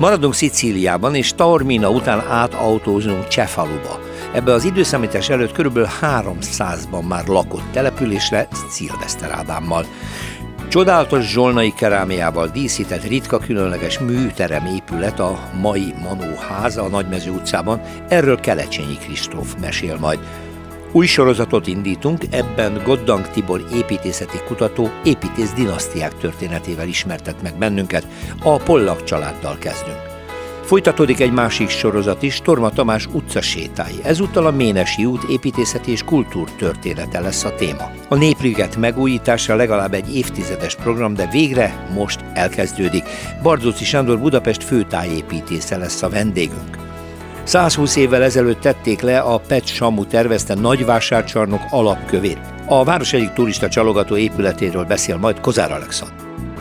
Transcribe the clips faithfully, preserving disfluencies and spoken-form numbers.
Maradunk Szicíliában, és Taormina után átautózunk Cefaluba. Ebbe az időszámítás előtt körülbelül háromszázban már lakott településre Szilveszter Ádámmal. Csodálatos zsolnai kerámiával díszített ritka különleges műterem épület a mai Manó háza a Nagymező utcában, erről Kelecsényi Kristóf mesél majd. Új sorozatot indítunk, ebben Goddang Tibor építészeti kutató építész dinasztiák történetével ismertet meg bennünket, a Pollak családdal kezdünk. Folytatódik egy másik sorozat is, Torma Tamás utcasétái. Ezúttal a Ménesi út építészeti és kultúrtörténete lesz a téma. A Népliget megújítása legalább egy évtizedes program, de végre most elkezdődik. Bardóczy Sándor Budapest főtájépítésze lesz a vendégünk. százhúsz évvel ezelőtt tették le a Pet Samu tervezte nagyvásárcsarnok alapkövét. A város egyik turista csalogató épületéről beszél majd Kozár Alexandr.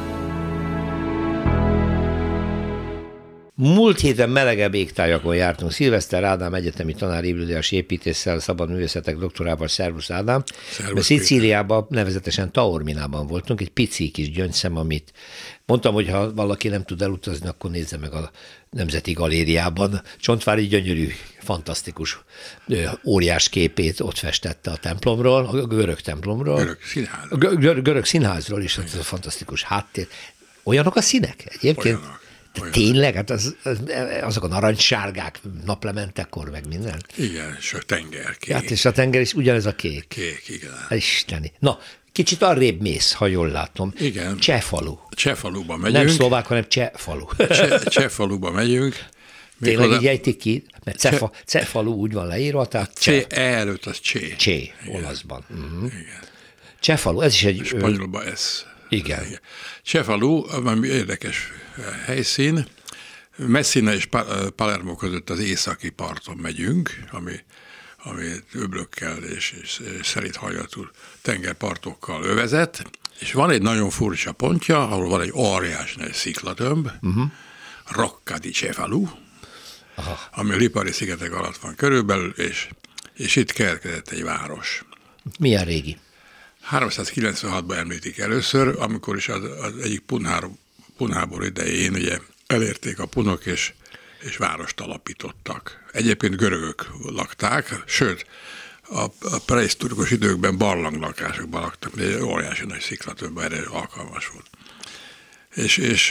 Múlt héten melegebb égtájakon jártunk. Szilveszter Ádám egyetemi tanár, ébüldíjas építésszel, szabad művészetek doktorával. Szervusz Ádám. Szervusz, Szicíliában, nevezetesen Taorminában voltunk, egy pici kis gyöngyszem, amit mondtam, hogy ha valaki nem tud elutazni, akkor nézze meg a Nemzeti Galériában. Csontvári gyönyörű, fantasztikus, óriás képét ott festette a templomról, a görög templomról. Görög színház. A görög, görög színházról is, ez a fantasztikus háttér. Olyanok a színek egyébként? Olyanok. Olyan. Tényleg? Hát az, az, azok a narancssárgák naplementekor, meg minden. Igen, és a tenger kék. Hát és a tenger is ugyanez a kék. Kék, igen. Isteni. Na, kicsit arrébb mész, ha jól látom. Igen. Cefalu. Cefaluba megyünk. Nem szlovák, hanem Cefalu. Ce, Cefaluba megyünk. Tényleg oda... így ejtik ki? Mert cefa, Ce... Cefalu úgy van leírva, tehát Csé, előtt az Csé. Csé, olaszban. Uh-huh. Igen. Cefalu, ez is egy... Spanyolban ez. Igen. Igen. Cefalu, ami érdekes helyszín. Messina és Palermo között az északi parton megyünk, ami, ami öblökkel és, és szerint hajlatú tengerpartokkal övezet, és van egy nagyon furcsa pontja, ahol van egy óriás nagy sziklatömb, uh-huh. Rocca di Cefalu, aha. ami a Lipari szigetek alatt van körülbelül, és, és itt keletkezett egy város. Milyen régi? háromszázkilencvenhatban említik először, amikor is az, az egyik punhárom punháború idején ugye elérték a punok, és, és várost alapítottak. Egyébként görögök lakták, sőt, a, a prehisztorikus időkben barlanglakásokban laktak, de egy óriási nagy sziklatömb erre alkalmas volt. És, és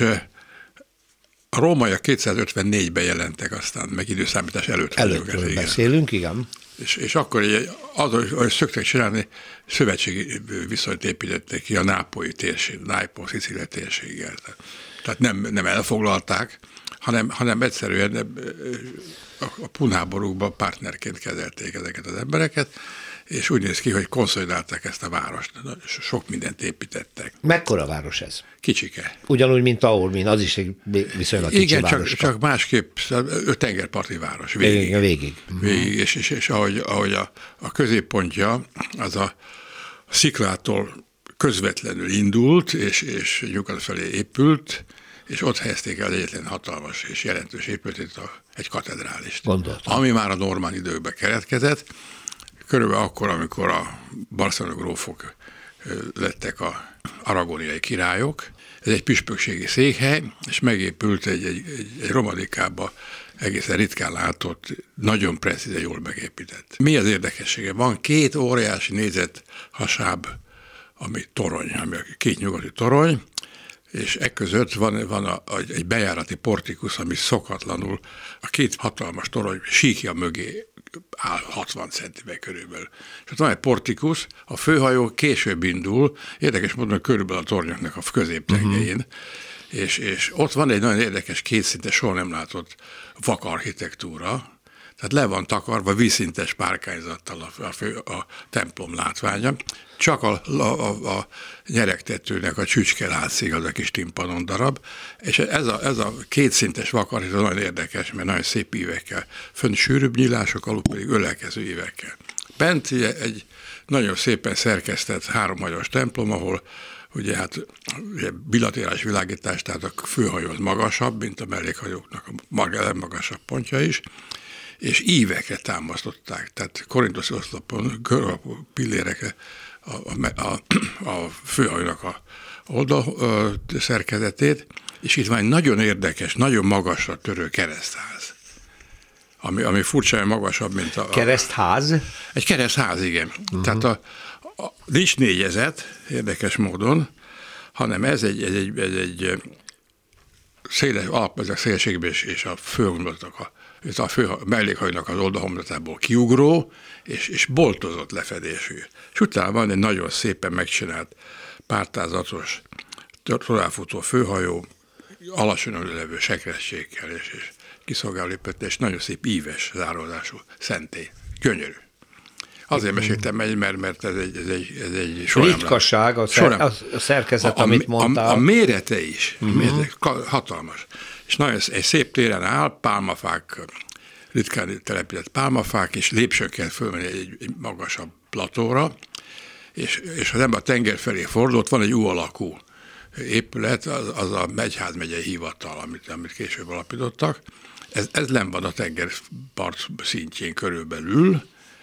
a rómaiak kétszázötvennégyben jelentek aztán, meg időszámítás előtt. Előttről igen. beszélünk, igen. És, és akkor az, hogy szokták csinálni, szövetségi viszonyt építettek ki a nápolyi térség, Nápolyi-Szicília térséggel. Tehát nem, nem elfoglalták, hanem, hanem egyszerűen a punháborúkban partnerként kezelték ezeket az embereket, és úgy néz ki, hogy konszolidálták ezt a várost. Sok mindent építettek. Mekkora város ez? Kicsike. Ugyanúgy, mint Taormin, az is egy viszonylag kicsi igen, város. Igen, csak, csak másképp, tengerparti város. Végig. Végig. végig. végig és, és, és ahogy, ahogy a, a középpontja, az a sziklától közvetlenül indult, és, és nyugat felé épült, és ott helyezték el egyetlen hatalmas és jelentős épületét, egy katedrálist. Gondoltam. Ami már a normán időkben keletkezett, körülbelül akkor, amikor a barcelonai grófok lettek a aragóniai királyok. Ez egy püspökségi székhely, és megépült egy, egy, egy, egy romanikába egészen ritkán látott, nagyon precízen jól megépített. Mi az érdekessége? Van két óriási négyzet hasáb, ami torony, ami két nyugati torony, és ekközött van, van a, a, egy bejárati portikus, ami szokatlanul a két hatalmas torony síkja mögé áll hatvan centivel körülbelül. És ott van egy portikus, a főhajó később indul, érdekes módon körülbelül a tornyoknak a középtengelyén, uh-huh. és, és ott van egy nagyon érdekes kétszintes, soha nem látott vakarchitektúra, tehát le van takarva vízszintes párkányzattal a, a, fő, a templom látványa, csak a, a, a, a nyeregtetőnek a csücske látszik, az a kis timpanon darab, és ez a, ez a kétszintes vakarchitektúra nagyon érdekes, mert nagyon szép ívekkel, fönn sűrűbb nyílások, alul pedig ölelkező ívekkel. Bent egy nagyon szépen szerkesztett háromhajós templom, ahol ugye hát ugye bilaterális világítás, tehát a főhajó az magasabb, mint a mellékhajóknak a legmagasabb pontja is, és ívekre támasztották, tehát korinthoszi oszlopon, görög pillérekre a, a, a, a főhajónak a oldal ö, szerkezetét, és itt van egy nagyon érdekes, nagyon magasra törő keresztház, ami, ami furcsára magasabb, mint a... Keresztház? Egy keresztház, igen. Uh-huh. Tehát a, a, nincs négyezet, érdekes módon, hanem ez egy, ez egy, ez egy széles, alap, ezek szélességben és, és a főhomlatok, a, a fő mellékhajnak az oldalhomlatából kiugró, és, és boltozott lefedésű. És utána van egy nagyon szépen megcsinált pártázatos, továbbfutó főhajó, alacsonyan levő sekrességkel és, és kiszolgáló léptettel, és nagyon szép íves záródású szentély. Gyönyörű. Azért meséltem meg, mert, mert ez egy, ez egy, ez egy soremlát. Ritkaság, a, szer, a szerkezet, a, a, amit mondtál. A, a mérete is, uh-huh. mérete, hatalmas. És nagyon egy szép téren áll, pálmafák, ritkán telepített pálmafák, és lépcsőkkel fölmenni egy, egy magasabb platóra, és, és az ember a tenger felé fordult, van egy U alakú épület, az, az a Megyház megyei hivatal, amit, amit később alapítottak. Ez, ez nem van a tengerpart szintjén körülbelül.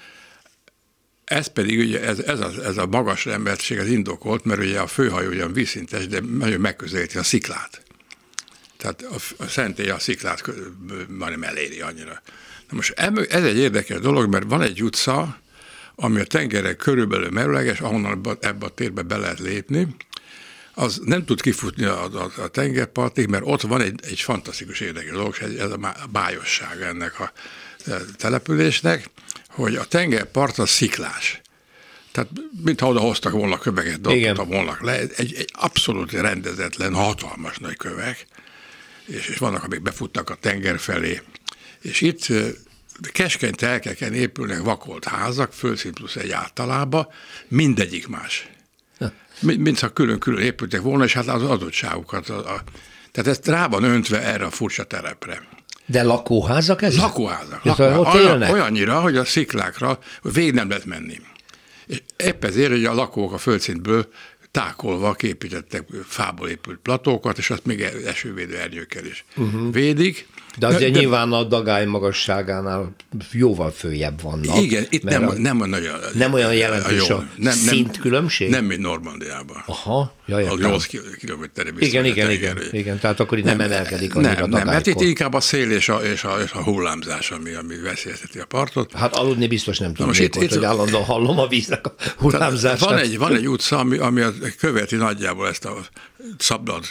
Ez pedig ugye ez, ez, a, ez a magas emberség az indokolt, mert ugye a főhajó ugyan vízszintes, de nagyon megközelíti a sziklát. Tehát a, a szentély a sziklát majdnem eléri annyira. Na most ez egy érdekes dolog, mert van egy utca, ami a tengerre körülbelül merőleges, ahonnan ebbe a térbe be lehet lépni, az nem tud kifutni a, a, a tengerpartig, mert ott van egy, egy fantasztikus érdekes dolog, ez a bájosság ennek a településnek, hogy a tengerpart az sziklás. Tehát mintha oda hoztak volna köveket, dobtak volna le. Egy, egy abszolút rendezetlen, hatalmas nagy kövek, és, és vannak, amik befutnak a tenger felé. És itt keskeny telkeken épülnek vakolt házak, földszint plusz egy általában, mindegyik más. Mintha külön-külön épültek volna, és hát az adottságukat. A, a, tehát ez rá van öntve erre a furcsa terepre. De lakóházak ez? Lakóházak. lakóházak. Olyan, olyannyira, hogy a sziklákra végig nem lehet menni. És épp ezért, hogy a lakók a földszintből tákolva képítettek fából épült platókat, és azt még esővédő ernyőkkel is uh-huh. védik. De azért de, nyilván a dagály magasságánál jóval följebb vannak. Igen, itt nem, a, nem, a nagyon, nem olyan jelentős a, a nem, szintkülönbség? Nem, mint Normandiában. Aha, jaj, a nyolc kilométerre vissza. Igen, igen, igen, igen, tehát akkor itt nem, nem emelkedik annyira nem, a dagály. Nem, hát itt inkább a szél és a, és a, és a hullámzás, ami, ami veszélyezteti a partot. Hát aludni biztos nem tudom, itt, ott, itt, hogy állandóan hallom a víznek a hullámzását. Van egy, van egy utca, ami, ami követi nagyjából ezt a szabdalt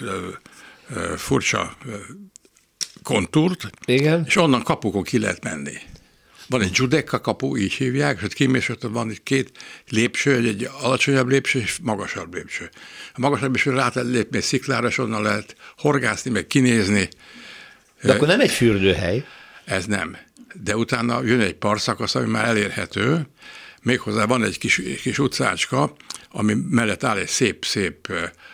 furcsa kontúrt, igen. És onnan kapukon ki lehet menni. Van egy Giudecca kapu, így hívják, és kimész, ott van egy két lépcső, egy alacsonyabb lépcső és magasabb lépcső. A magasabb lépcső rá lehet lépni egy sziklára, és onnan lehet horgászni, meg kinézni. De akkor nem egy fürdőhely? Ez nem. De utána jön egy partszakasz, ami már elérhető, méghozzá van egy kis, kis utcácska, ami mellett áll egy szép-szép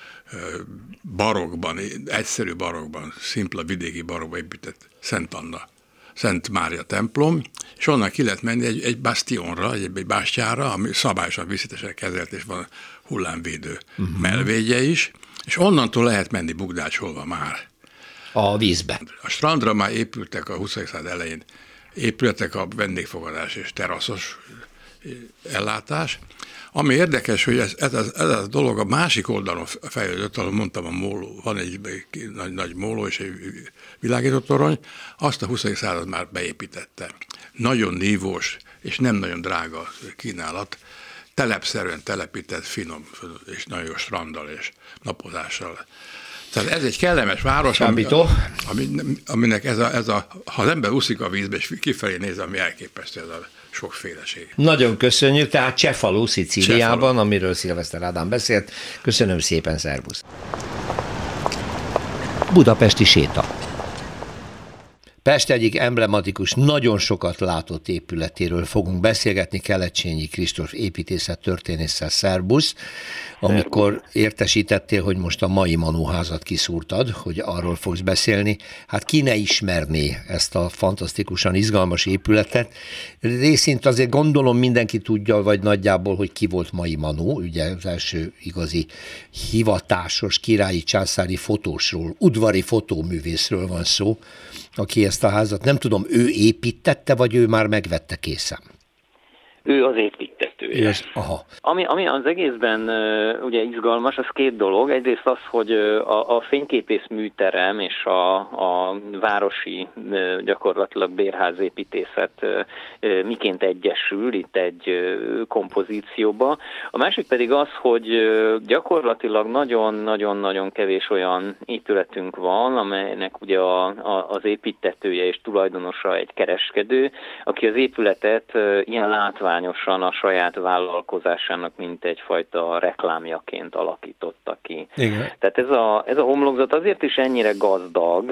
barokban, egyszerű barokban, szimpla vidéki barokban épített Szent Anna, Szent Mária templom, és onnan ki lehet menni egy, egy bastionra, egy, egy bástyára, ami szabályosan vízszintesen kezelt, és van hullámvédő uh-huh. melvédje is, és onnantól lehet menni bugdácsolva már. A vízbe. A strandra már épültek a huszadik század elején, épületek a vendégfogadás és teraszos ellátás. Ami érdekes, hogy ez, ez, ez, ez a dolog a másik oldalon fejlődött, ahol mondtam, a móló, van egy nagy, nagy móló és egy világító torony, azt a huszadik század már beépítette. Nagyon nívós és nem nagyon drága kínálat, telepszerűen telepített, finom és nagyon jó stranddal és napozással. Tehát ez egy kellemes város, ami, ami, aminek ez a, ez a, ha az ember úszik a vízbe és kifelé néz, ami elképesztő, ez a sokféleség. Nagyon köszönjük, tehát Cefalù, Szicíliában, Cefalù. Amiről Szilveszter Ádám beszélt. Köszönöm szépen, szervusz! Budapesti séta. Pest egyik emblematikus, nagyon sokat látott épületéről fogunk beszélgetni Kelecsényi Kristóf építészettörténésszel. Szerbusz, amikor értesítettél, hogy most a mai Manóházat kiszúrtad, hogy arról fogsz beszélni, hát ki ne ismerné ezt a fantasztikusan izgalmas épületet. Részint azért gondolom mindenki tudja, vagy nagyjából, hogy ki volt Mai Manó, ugye az első igazi hivatásos királyi császári fotósról, udvari fotóművészről van szó, aki ezt a házat, nem tudom, ő építette, vagy ő már megvette készen? Ő az építető. építtetője. Yes. Aha. Ami, ami az egészben uh, ugye izgalmas, az két dolog. Egyrészt az, hogy uh, a, a fényképész műterem és a, a városi uh, gyakorlatilag bérházépítészet uh, uh, miként egyesül itt egy uh, kompozícióba. A másik pedig az, hogy uh, gyakorlatilag nagyon-nagyon-nagyon kevés olyan épületünk van, amelynek ugye a, a, az építtetője és tulajdonosa egy kereskedő, aki az épületet uh, ilyen látványosan a saját vállalkozásának mint egyfajta reklámjaként alakította ki. Igen. Tehát ez a, ez a homlokzat azért is ennyire gazdag,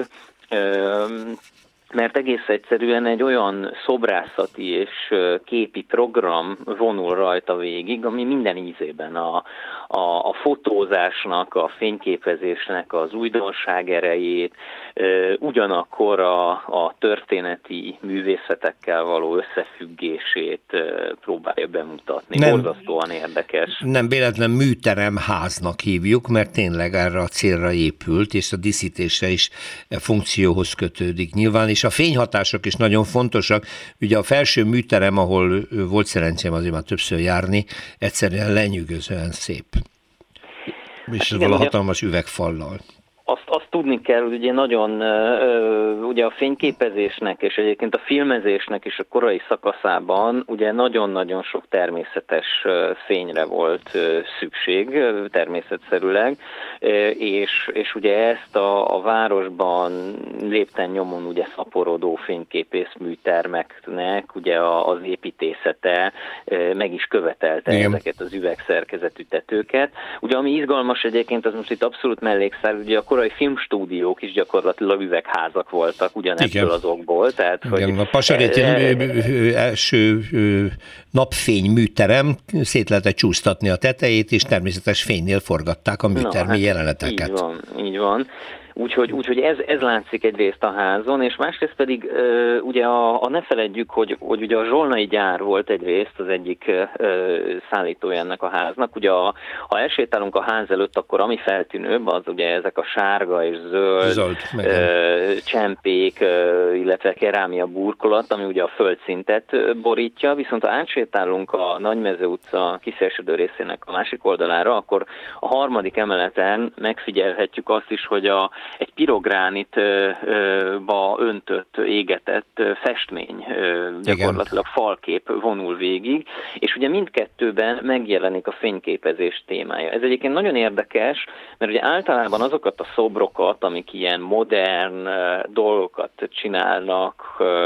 mert egész egyszerűen egy olyan szobrászati és képi program vonul rajta végig, ami minden ízében a, a, a fotózásnak, a fényképezésnek az újdonság erejét, ugyanakkor a, a történeti művészetekkel való összefüggését próbálja bemutatni. Nem, borzasztóan érdekes. Nem véletlen műteremháznak hívjuk, mert tényleg erre a célra épült, és a díszítése is funkcióhoz kötődik nyilván, és a fényhatások is nagyon fontosak. Ugye a felső műterem, ahol volt szerencsém azért már többször járni, egyszerűen lenyűgözően szép. És hát vala hatalmas üvegfallal. Azt, azt tudni kell, hogy ugye nagyon, ugye a fényképezésnek és egyébként a filmezésnek is a korai szakaszában ugye nagyon-nagyon sok természetes fényre volt szükség, természetszerűleg, és, és ugye ezt a, a városban lépten nyomon ugye szaporodó fényképészműtermeknek ugye az építészete meg is követelte Igen. ezeket az üvegszerkezetű tetőket. Ugye ami izgalmas egyébként, az most itt abszolút mellékszál, ugye a korai filmstúdiók is gyakorlatilag üvegházak voltak ugyanebből az okból. Tehát, Igen, hogy a Pasaréti első napfény műterem, szét lehetett csúsztatni a tetejét, és természetes fénynél forgatták a műtermi hát jeleneteket. Így van, így van. Úgyhogy, úgyhogy ez, ez látszik egyrészt a házon, és másrészt pedig uh, ugye a, a ne feledjük, hogy, hogy ugye a zsolnai gyár volt egyrészt az egyik uh, szállítója ennek a háznak. Ugye a, ha elsétálunk a ház előtt, akkor ami feltűnőbb, az ugye ezek a sárga és zöld, zöld uh, csempék, uh, illetve kerámia burkolat, ami ugye a földszintet borítja, viszont ha átsétálunk a Nagymező utca kiszélsődő részének a másik oldalára, akkor a harmadik emeleten megfigyelhetjük azt is, hogy a egy pirogránitba öntött, égetett festmény, gyakorlatilag falkép vonul végig, és ugye mindkettőben megjelenik a fényképezés témája. Ez egyébként nagyon érdekes, mert ugye általában azokat a szobrokat, amik ilyen modern dolgokat csinálnak,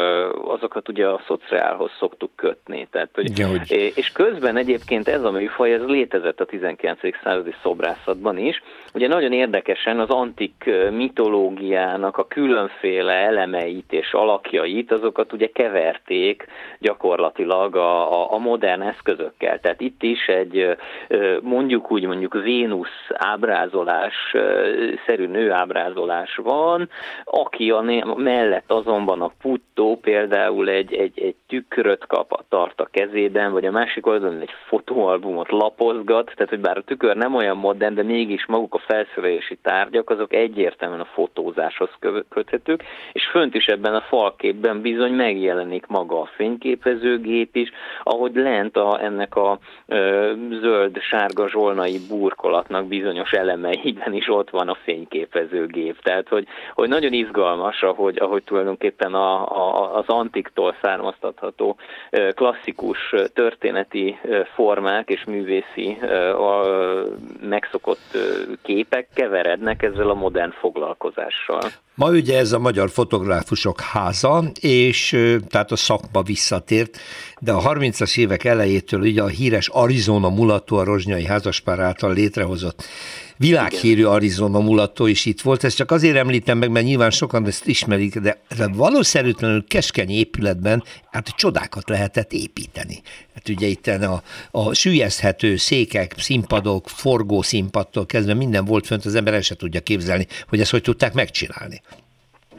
azokat ugye a szociálhoz szoktuk kötni. Tehát, hogy, Igen, hogy... És közben egyébként ez a műfaj, ez létezett a tizenkilencedik századi szobrászatban is. Ugye nagyon érdekesen az antik mitológiának a különféle elemeit és alakjait, azokat ugye keverték gyakorlatilag a, a, a modern eszközökkel. Tehát itt is egy mondjuk úgy mondjuk Vénusz ábrázolás, szerű nőábrázolás van, aki a mellett azonban a puttó például egy, egy, egy tükröt kap, tart a kezében, vagy a másik oldalon egy fotóalbumot lapozgat, tehát hogy bár a tükör nem olyan modern, de mégis maguk a felszerelési tárgyak, azok egyértelműen a fotózáshoz köthetők, és fönt is ebben a falképben bizony megjelenik maga a fényképezőgép is, ahogy lent a, ennek a ö, zöld-sárga zsolnai burkolatnak bizonyos elemeiben is ott van a fényképezőgép. Tehát, hogy, hogy nagyon izgalmas, ahogy, ahogy tulajdonképpen a, a, az antiktól származtatható ö, klasszikus történeti ö, formák és művészi ö, ö, megszokott ö, képek keverednek ezzel a modern foglalkozással. Ma ugye ez a Magyar Fotográfusok Háza, és tehát a szakma visszatért, de a harmincas évek elejétől ugye a híres Arizona mulató, a Rozsnyai házaspár által létrehozott világhírű Arizona mulató is itt volt. Ezt csak azért említem meg, mert nyilván sokan ezt ismerik, de valószerűtlenül keskeny épületben hát csodákat lehetett építeni. Hát ugye itt a, a süllyeszthető székek, színpadok, forgó színpadtól kezdve minden volt fönt, az ember el se tudja képzelni, hogy ezt hogy tudták megcsinálni.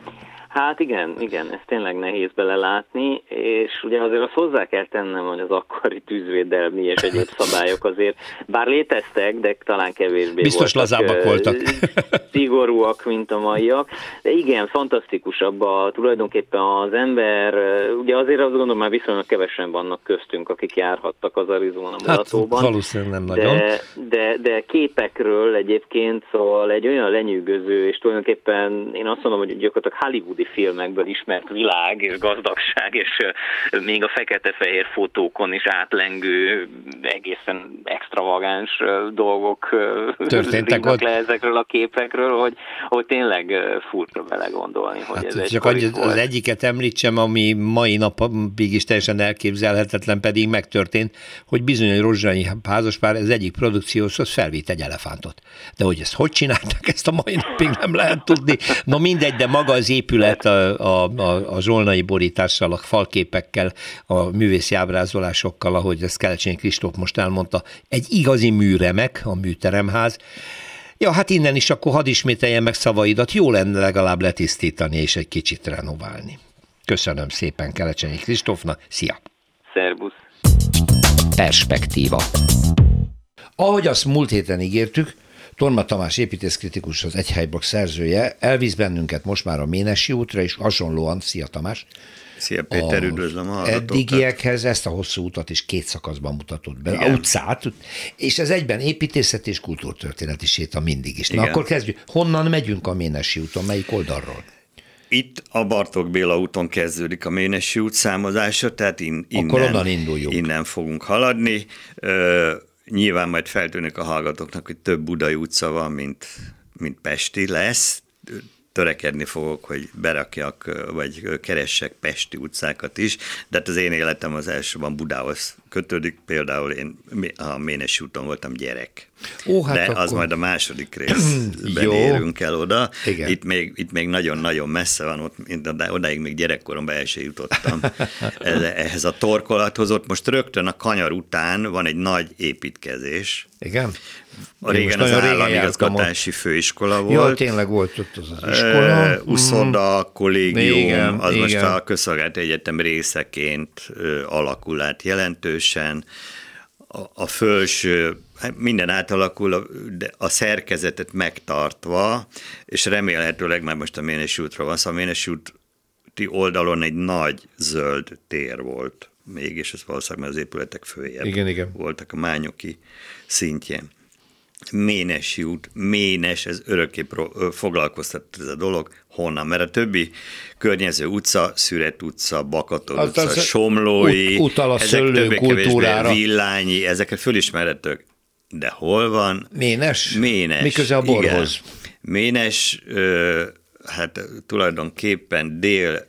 Hát igen, igen, ez tényleg nehéz belelátni, és ugye azért azt hozzá kell tennem, hogy az akkori tűzvédelmi és egyéb szabályok azért, bár léteztek, de talán kevésbé biztos voltak, lazábbak voltak. szigorúak, mint a maiak. De igen, fantasztikusabb a, tulajdonképpen az ember, ugye azért azt gondolom, már viszonylag kevesen vannak köztünk, akik járhattak az Arizona mutatóban. Hát valószínűleg nem nagyon. De, de, de képekről egyébként, szóval egy olyan lenyűgöző, és tulajdonképpen én azt mondom, hogy gyakorlatilag hollywoodi filmekből ismert világ és gazdagság, és még a fekete-fehér fotókon is átlengő, egészen extravagáns dolgok történtek ott le ezekről a képekről, hogy, hogy tényleg furcsa belegondolni, hogy hát ez egy csak az, az egyiket említsem, ami mai napig is teljesen elképzelhetetlen, pedig megtörtént, hogy bizony a rozsányi házaspár az egyik produkcióhoz felvitt egy elefántot. De hogy ezt hogy csinálták, ezt a mai napig nem lehet tudni. No mindegy, de maga az épület a, a, a, a zsolnai borítással, a falképekkel, a művészi ábrázolásokkal, ahogy ezt Kelecsényi Kristóf most elmondta, egy igazi műremek, a műteremház. Ja, hát innen is akkor hadd ismételjen meg szavaidat, jó lenne legalább letisztítani és egy kicsit renoválni. Köszönöm szépen Kelecsényi Kristófnak, szia! Szerbusz! Perspektíva. Ahogy azt múlt héten ígértük, Torma Tamás építészkritikus, az Egyhelyblokk szerzője elvisz bennünket most már a Ménessy útra, és hasonlóan, szia Tamás! Szia Péter, üdvözlöm a hallgatókat! Eddigiekhez ezt a hosszú utat is két szakaszban mutatott be, Igen. a utcát, és ez egyben építészet és kultúrtörténeti séta mindig is. Na Igen. akkor kezdjük. Honnan megyünk a Ménessy úton, melyik oldalról? Itt a Bartók Béla úton kezdődik a Ménessy út számozása, tehát in, innen, Akkor onnan induljunk. innen fogunk haladni. Ö, nyilván majd feltűnik a hallgatóknak, hogy több budai utca van, mint, mint pesti lesz. Törekedni fogok, hogy berakjak, vagy keressek pesti utcákat is, de hát az én életem az elsőben Budához kötődik, például én a Ménessy úton voltam gyerek. Ó, hát de akkor... az majd a második részben érünk el oda. Itt még, itt még nagyon-nagyon messze van, ott, odáig még gyerekkoromban el sem jutottam ehhez a torkolathoz. Ott most rögtön a kanyar után van egy nagy építkezés. Igen? A régen az államigazgatási főiskola volt. Jó, tényleg volt ott az az iskola. Uh, Uszoda, kollégium, igen, az igen. most a Közszolgálati Egyetem részeként uh, alakul át jelentősen. A, a felső, minden átalakul, de a szerkezetet megtartva, és remélhetőleg már most a Ménessy útról van, szóval a Ménessy úti oldalon egy nagy zöld tér volt még, és ez valószínűleg már az épületek följebb igen, igen. voltak a Mányoki szintjén. Ménessy út, Ménes, ez örökké foglalkoztat ez a dolog. Honnan? Mert a többi környező utca, Szüret utca, Bakator az utca, az Somlói, ut- utal a szőlő kultúrára. Villányi, ezeket fölismerhetők. De hol van? Ménes? Ménes. Mi köze a borhoz? Igen. Ménes, ö, hát tulajdonképpen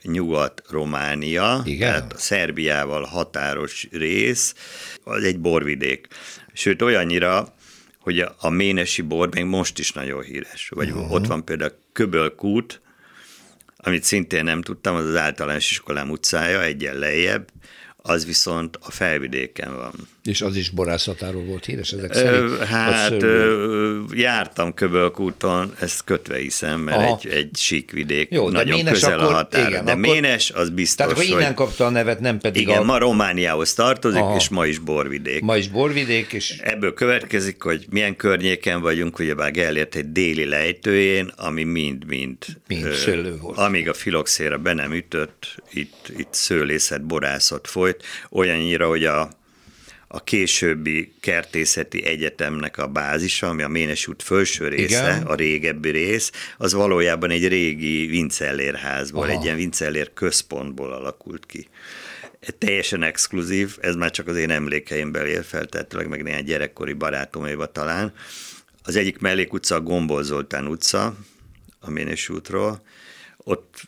dél-nyugat-Románia, igen? tehát a Szerbiával határos rész, az egy borvidék. Sőt, olyannyira, hogy a Ménessy bor még most is nagyon híres. Vagy uh-huh. ott van például Köbölkút, amit szintén nem tudtam, az az általános iskolám utcája, egyen lejjebb, az viszont a Felvidéken van. És az is borászatáról volt híres ezek szerint? Hát ö, jártam Köbölkúton, ezt kötve hiszem, mert aha. egy, egy sík vidék, jó, nagyon Ménes közel akkor, a határ. igen, de akkor, Ménes az biztos, tehát akkor innen hogy, kapta a nevet, nem pedig igen, a... ma Romániához tartozik, aha. és ma is borvidék. Ma is borvidék, és... Ebből következik, hogy milyen környéken vagyunk, ugyebár Gellért egy déli lejtőjén, ami mind-mind mind szőlő volt. Amíg a filoxéra be nem ütött, itt, itt szőlészet, borászat folyt, olyannyira, hogy a a későbbi kertészeti egyetemnek a bázisa, ami a Ménessy út felső része, igen. a régebbi rész, az valójában egy régi Vincellérházból, aha. egy ilyen Vincellér központból alakult ki. Teljesen exkluzív, ez már csak az én emlékeimből él fel, tehát meg néhány gyerekkori barátoméva talán. Az egyik mellékutca a Gombol Zoltán utca, a Ménessy útról, ott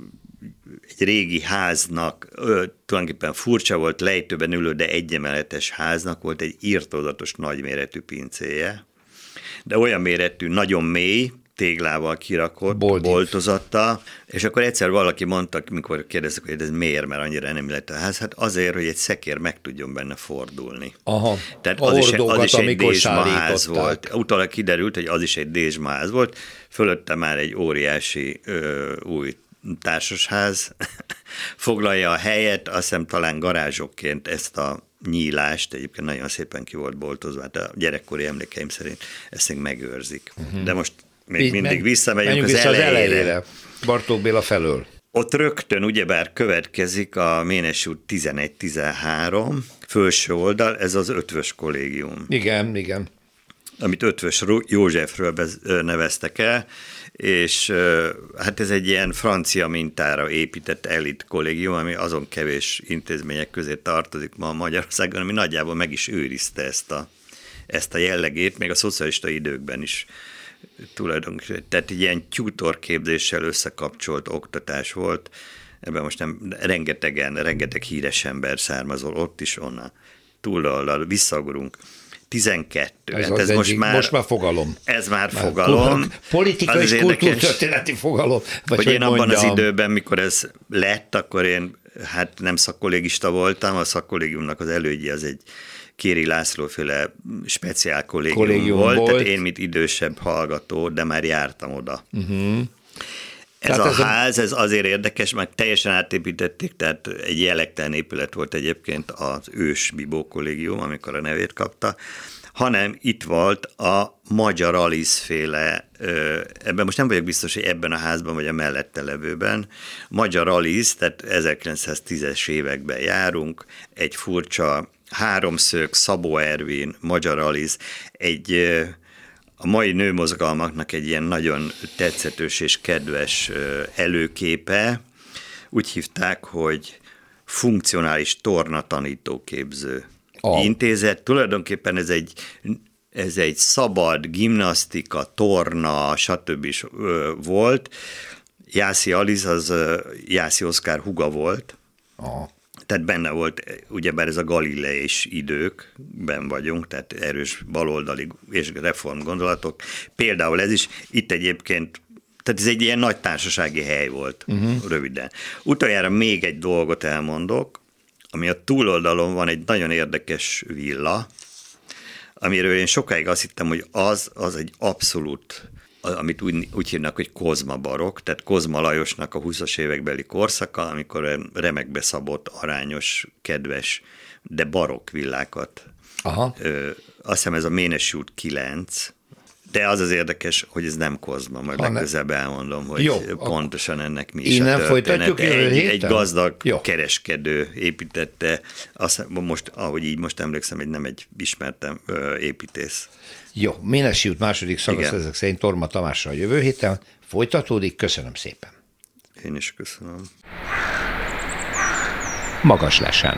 egy régi háznak, tulajdonképpen furcsa volt, lejtőben ülő, de egyemeletes háznak volt egy irtózatos nagyméretű pincéje, de olyan méretű, nagyon mély, téglával kirakott, Boldív. boltozattal, és akkor egyszer valaki mondta, mikor kérdeztek, hogy ez miért, mert annyira nem illett a ház, hát azért, hogy egy szekér meg tudjon benne fordulni. Aha, tehát az is, az is egy dézsmaház volt. Utána kiderült, hogy az is egy dézsmaház volt, fölötte már egy óriási ö, új társasház foglalja a helyet, azt hiszem talán garázsokként ezt a nyílást, egyébként nagyon szépen ki volt boltozva, hát a gyerekkori emlékeim szerint ezt még megőrzik. Uh-huh. De most még Így mindig visszamegyünk az, vissza elejére. az elejére. Bartók Béla felől. Ott rögtön ugyebár következik a Ménessy út tizenegy tizenhárom, felső oldal, ez az Ötvös kollégium. Igen, igen. Amit Ötvös Józsefről neveztek el, és hát ez egy ilyen francia mintára épített elit kollégium, ami azon kevés intézmények közé tartozik ma Magyarországon, ami nagyjából meg is őrizte ezt a, ezt a jellegét, még a szocialista időkben is tulajdonképpen. Tehát egy ilyen tutorképzéssel összekapcsolt oktatás volt, ebben most nem rengetegen, rengeteg híres ember származol ott is, onnan túloldal, visszaugorunk. tizenkettő. Ez, hát ez most, már, most már fogalom. Ez már, már fogalom. Politikai és kultúrtörténeti fogalom. Vagy hogy hogy én mondjam. Abban az időben, mikor ez lett, akkor én hát nem szakkollégista voltam, a szakkollégiumnak az elődje az egy Kéri Lászlóféle speciál kollégium, kollégium volt, volt, tehát én, mint idősebb hallgató, de már jártam oda. Uh-huh. Ez tehát a ez ház, ez azért érdekes, meg teljesen átépítették, tehát egy jellegtelen épület volt egyébként az ős Bibó kollégium, amikor a nevét kapta, hanem itt volt a Magyar Alice féle, ebben most nem vagyok biztos, hogy ebben a házban vagy a mellette levőben, Magyar Alice, tehát ezerkilencszáztízes években járunk, egy furcsa háromszög, Szabó Ervin, Magyar Alice, egy a mai nőmozgalmaknak egy ilyen nagyon tetszetős és kedves előképe. Úgy hívták, hogy funkcionális torna tanítóképző oh. intézet. Tulajdonképpen ez egy, ez egy szabad gimnasztika, torna, stb. Is volt. Jászi Alice az Jászi Oszkár húga volt. Oh. Tehát benne volt, ugyebár ez a galileis időkben vagyunk, tehát erős baloldali és reform gondolatok. Például ez is, itt egyébként, tehát ez egy ilyen nagy társasági hely volt, uh-huh. röviden. Utoljára még egy dolgot elmondok, ami a túloldalon van egy nagyon érdekes villa, amiről én sokáig azt hittem, hogy az, az egy abszolút, amit úgy, úgy hívnak, hogy Kozma barokk, tehát Kozma Lajosnak a huszas évekbeli korszaka, amikor remekbe szabott, arányos, kedves, de barokk villákat. Aha. Ö, azt hiszem ez a Ménessy út kilenc, de az az érdekes, hogy ez nem Kozma, majd ha legközelebb elmondom, hogy jó, pontosan ennek mi is a történet. Egy, egy gazdag jó. kereskedő építette, azt most, ahogy így most emlékszem, hogy nem egy ismertem ö, építész. Jó, Ménessy út második szakasz ezek szerint Torma Tamással jövő héten folytatódik. Köszönöm szépen. Én is köszönöm. Magas lesen.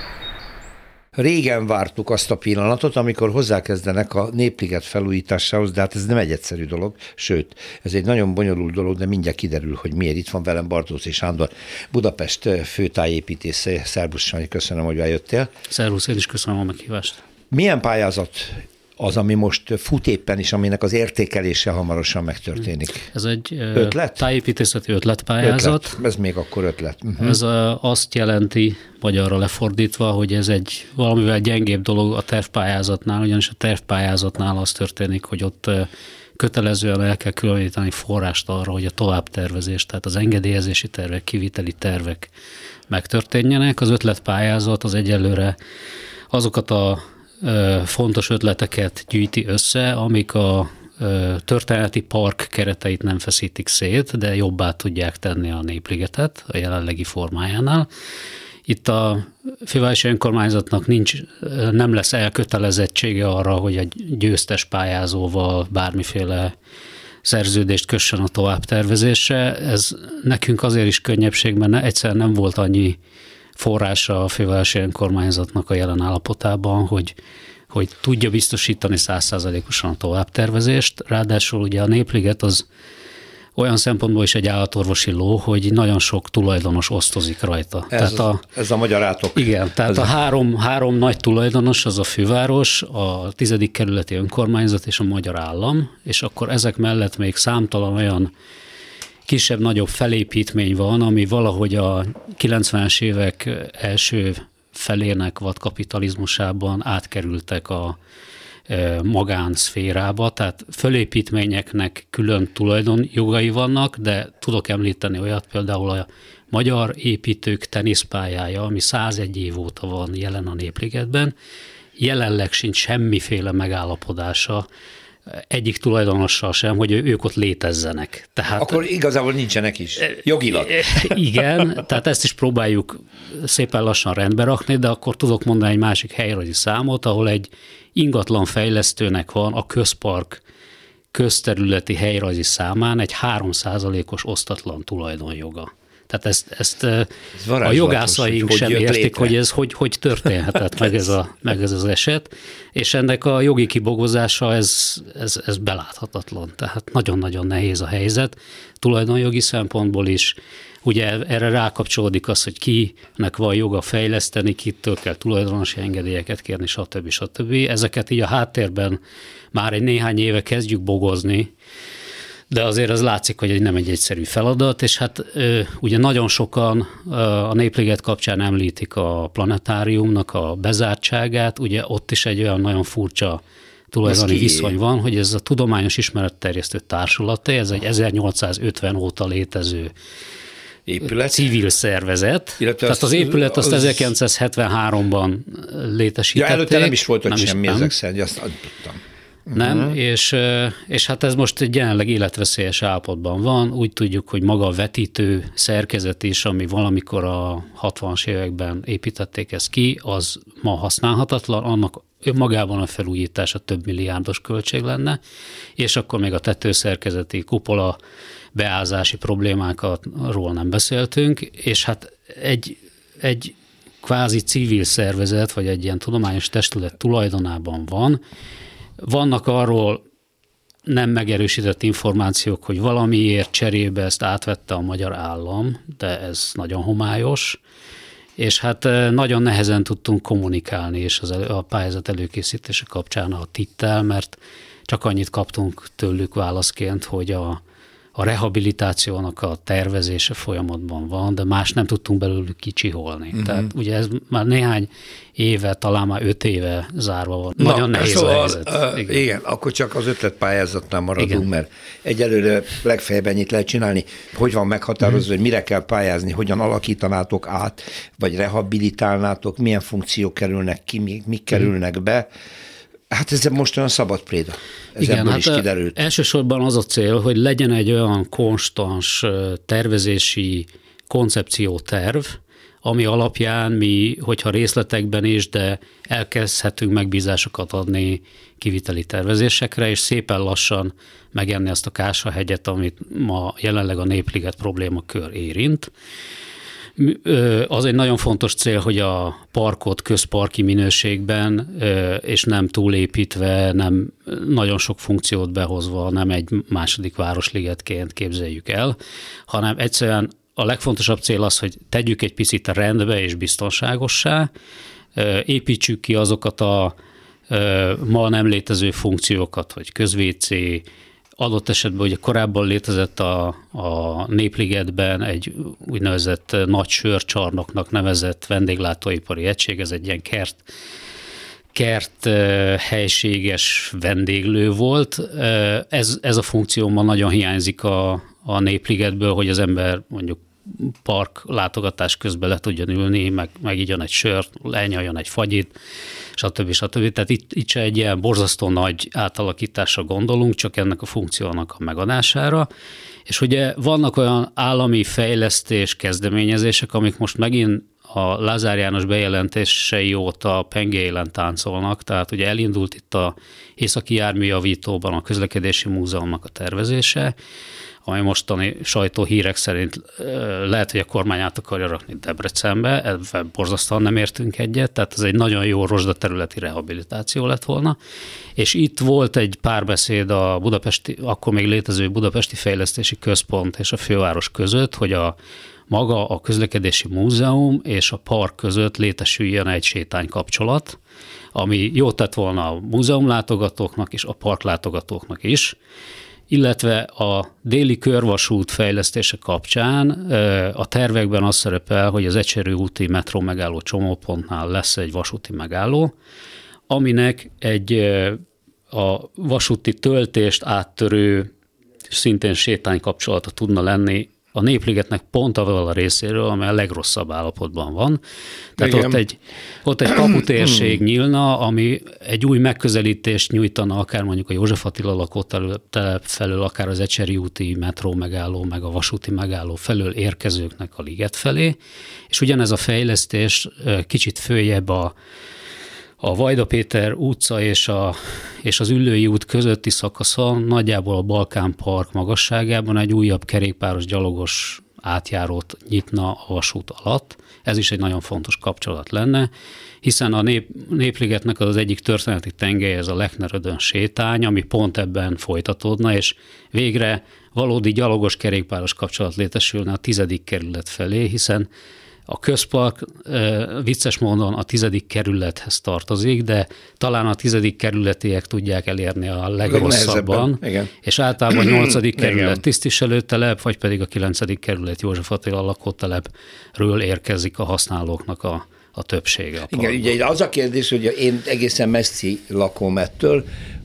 Régen vártuk azt a pillanatot, amikor hozzákezdenek a Népliget felújításához, de hát ez nem egy egyszerű dolog, sőt, ez egy nagyon bonyolult dolog, de mindjárt kiderül, hogy miért. Itt van velem Bartóczy Sándor, Budapest főtájépítész. Szerbusz Sanyi, köszönöm, hogy eljöttél. Szervusz, én is köszönöm a meghívást. Milyen pályázat az, ami most fut éppen is, aminek az értékelése hamarosan megtörténik? Ez egy ötlet? tájépítészeti ötletpályázat. Ötlet. Ez még akkor ötlet. Uh-huh. Ez azt jelenti, magyarra lefordítva, hogy ez egy valamivel gyengébb dolog a tervpályázatnál, ugyanis a tervpályázatnál az történik, hogy ott kötelezően el kell különíteni forrást arra, hogy a továbbtervezés, tehát az engedélyezési tervek, kiviteli tervek megtörténjenek. Az ötletpályázat az egyelőre azokat a fontos ötleteket gyűjti össze, amik a történeti park kereteit nem feszítik szét, de jobbá tudják tenni a Népligetet a jelenlegi formájánál. Itt a fővárosi önkormányzatnak nincs, nem lesz elkötelezettsége arra, hogy egy győztes pályázóval bármiféle szerződést kössön a továbbtervezésre. Ez nekünk azért is könnyebbség, mert egyszerűen nem volt annyi forrása a fővárosi önkormányzatnak a jelen állapotában, hogy, hogy tudja biztosítani száz százalékosan a továbbtervezést. Ráadásul ugye a Népliget az olyan szempontból is egy állatorvosi ló, hogy nagyon sok tulajdonos osztozik rajta. Ez, tehát a, ez a magyarátok. Igen, tehát ez a három, három nagy tulajdonos, az a főváros, a tizedik kerületi önkormányzat és a magyar állam, és akkor ezek mellett még számtalan olyan kisebb-nagyobb felépítmény van, ami valahogy a kilencvenes évek első felének vadkapitalizmusában átkerültek a magánszférába, tehát fölépítményeknek külön tulajdonjogai vannak, de tudok említeni olyat, például a Magyar Építők teniszpályája, ami százegy év óta van jelen a Népligetben, jelenleg sincs semmiféle megállapodása egyik tulajdonossal sem, hogy ők ott létezzenek. Tehát, akkor igazából nincsenek is, jogilag. Igen, tehát ezt is próbáljuk szépen lassan rendbe rakni, de akkor tudok mondani egy másik helyrajzi számot, ahol egy ingatlan fejlesztőnek van a közpark közterületi helyrajzi számán egy három százalékos osztatlan tulajdonjoga. Tehát ezt, ezt ez a jogászaink sem értik, létre. Hogy ez hogy, hogy történhetett meg, ez a, meg ez az eset, és ennek a jogi kibogozása ez, ez, ez beláthatatlan. Tehát nagyon-nagyon nehéz a helyzet, tulajdonjogi szempontból is. Ugye erre rákapcsolódik az, hogy kinek van joga fejleszteni, kitől kell tulajdonosi engedélyeket kérni, stb. stb. Ezeket így a háttérben már egy néhány éve kezdjük bogozni, de azért az látszik, hogy nem egy egyszerű feladat, és hát ugye nagyon sokan a Népliget kapcsán említik a planetáriumnak a bezártságát, ugye ott is egy olyan nagyon furcsa tulajdoni viszony van, hogy ez a Tudományos Ismeretterjesztő Társulat, ez egy ezernyolcszázötven óta létező épület. Civil szervezet. Illetve tehát az, az épület azt az... ezerkilencszázhetvenháromban létesítették. Ja, előtte nem is volt, hogy semmi ezek szerint, azt tudtam. Nem, uh-huh. és, és hát ez most egy jelenleg életveszélyes állapotban van. Úgy tudjuk, hogy maga a vetítő szerkezet is, ami valamikor a hatvanas években építették ezt ki, az ma használhatatlan, annak önmagában a felújítása több milliárdos költség lenne, és akkor még a tetőszerkezeti kupola beázási problémákról nem beszéltünk, és hát egy, egy kvázi civil szervezet, vagy egy ilyen tudományos testület tulajdonában van. Vannak arról nem megerősített információk, hogy valamiért cserébe ezt átvette a magyar állam, de ez nagyon homályos, és hát nagyon nehezen tudtunk kommunikálni és az elő, a pályázat előkészítése kapcsán a tittel, mert csak annyit kaptunk tőlük válaszként, hogy a, a rehabilitációnak a tervezése folyamatban van, de más nem tudtunk belőlük kicsiholni. Uh-huh. Tehát ugye ez már néhány éve, talán már öt éve zárva van. Na, nagyon nehéz szóval, a helyzet. Uh, igen. igen, akkor csak az ötletpályázatnál maradunk, igen. Mert egyelőre legfeljebb ennyit lehet csinálni. Hogy van meghatározva, uh-huh. hogy mire kell pályázni, hogyan alakítanátok át, vagy rehabilitálnátok, milyen funkciók kerülnek ki, mik, mik kerülnek uh-huh. be. Hát ez most olyan szabad préda. Ez igen, ebből hát is kiderült. Elsősorban az a cél, hogy legyen egy olyan konstans tervezési koncepcióterv, ami alapján mi, hogyha részletekben is, de elkezdhetünk megbízásokat adni kiviteli tervezésekre, és szépen lassan megenni azt a kásahegyet, amit ma jelenleg a Népliget problémakör érint. Az egy nagyon fontos cél, hogy a parkot közparki minőségben, és nem túlépítve, nem nagyon sok funkciót behozva, nem egy második városligetként képzeljük el, hanem egyszerűen a legfontosabb cél az, hogy tegyük egy picit rendbe és biztonságossá, építsük ki azokat a ma nem létező funkciókat, hogy közvécé, adott esetben ugye korábban létezett a, a Népligetben egy úgynevezett nagy sörcsarnoknak nevezett vendéglátóipari egység, ez egy ilyen kert, kert helységes vendéglő volt. Ez, ez a funkció ma nagyon hiányzik a, a Népligetből, hogy az ember mondjuk park látogatás közben le tudjon ülni, meg, meg igyon egy sört, lenyaljon egy fagyit, stb. stb. Tehát itt, itt se egy ilyen borzasztó nagy átalakításra gondolunk, csak ennek a funkciónak a megadására. És ugye vannak olyan állami fejlesztés kezdeményezések, amik most megint a Lázár János bejelentései óta pengéjelen táncolnak, tehát ugye elindult itt a Északi Járműjavítóban a Közlekedési Múzeumnak a tervezése, ami mostani sajtóhírek szerint lehet, hogy a kormány át akarja rakni Debrecenbe, ebben borzasztóan nem értünk egyet, tehát ez egy nagyon jó rozsdaterületi rehabilitáció lett volna, és itt volt egy párbeszéd a budapesti, akkor még létező Budapesti Fejlesztési Központ és a főváros között, hogy a maga a Közlekedési Múzeum és a park között létesüljön egy sétánykapcsolat, ami jót tett volna a múzeumlátogatóknak és a parklátogatóknak is, illetve a déli körvasút fejlesztése kapcsán a tervekben az szerepel, hogy az Ecserő úti metró megálló csomópontnál lesz egy vasúti megálló, aminek egy a vasúti töltést áttörő szintén sétánykapcsolata tudna lenni a Népligetnek pont avval a részéről, amely a legrosszabb állapotban van. Tehát ott egy, ott egy kaputérség nyílna, ami egy új megközelítést nyújtana akár mondjuk a József Attila lakótelep felől, akár az Ecseri úti metró megálló, meg a vasúti megálló felől érkezőknek a liget felé, és ugyanez a fejlesztés kicsit följebb a A Vajda Péter utca és, a, és az Üllői út közötti szakaszon nagyjából a Balkán Park magasságában egy újabb kerékpáros gyalogos átjárót nyitna a vasút alatt. Ez is egy nagyon fontos kapcsolat lenne, hiszen a nép, Népligetnek az egyik történeti tengelye, ez a Lechner-Ödön sétány, ami pont ebben folytatódna, és végre valódi gyalogos kerékpáros kapcsolat létesülne a tizedik kerület felé, hiszen a közpark vicces módon a tizedik kerülethez tartozik, de talán a tizedik kerületiek tudják elérni a legrosszabban, és általában a nyolcadik kerület tisztviselőtelep, vagy pedig a kilencedik kerület József Attila lakótelepről érkezik a használóknak a, a többsége. A Igen, ugye az a kérdés, hogy én egészen messzi lakom ettől,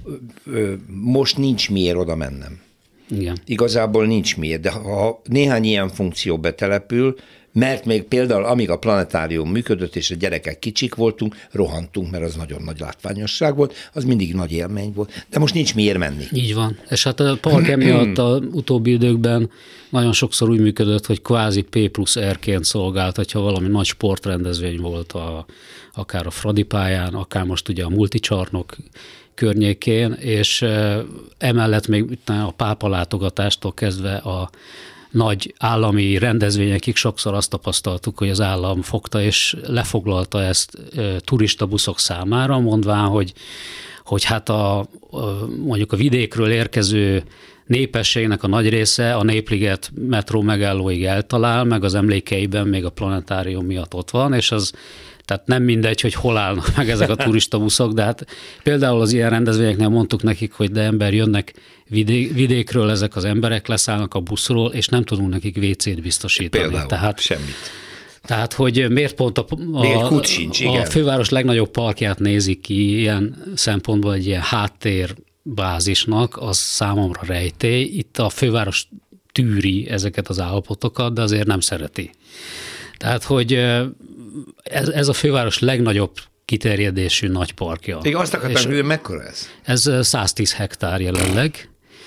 most nincs miért oda mennem. Igen. Igazából nincs miért, de ha néhány ilyen funkció betelepül, mert még például amíg a planetárium működött, és a gyerekek kicsik voltunk, rohantunk, mert az nagyon nagy látványosság volt, az mindig nagy élmény volt, de most nincs miért menni. Így van, és hát a park emiatt az utóbbi időkben nagyon sokszor úgy működött, hogy kvázi P plusz R-ként szolgált, hogyha valami nagy sportrendezvény volt, a, akár a Fradi pályán, akár most ugye a multicsarnok környékén, és emellett még a pápa látogatástól kezdve a nagy állami rendezvényekig sokszor azt tapasztaltuk, hogy az állam fogta és lefoglalta ezt turistabuszok számára, mondván, hogy, hogy hát a, a, mondjuk a vidékről érkező népességnek a nagy része a Népliget metró megállóig eltalál, meg az emlékeiben még a planetárium miatt ott van, és az tehát nem mindegy, hogy hol állnak meg ezek a turistabuszok, de hát például az ilyen rendezvényeknél mondtuk nekik, hogy de ember jönnek vidék, vidékről ezek az emberek, leszállnak a buszról, és nem tudunk nekik vécét biztosítani. Például tehát, semmit. Tehát, hogy miért pont a, a, sincs, a főváros legnagyobb parkját nézik ki ilyen szempontból egy ilyen háttérbázisnak, az számomra rejtély. Itt a főváros tűri ezeket az állapotokat, de azért nem szereti. Tehát, hogy ez, ez a főváros legnagyobb kiterjedésű nagy parkja. Még azt akartam, hogy mekkora ez? Ez száztíz hektár jelenleg,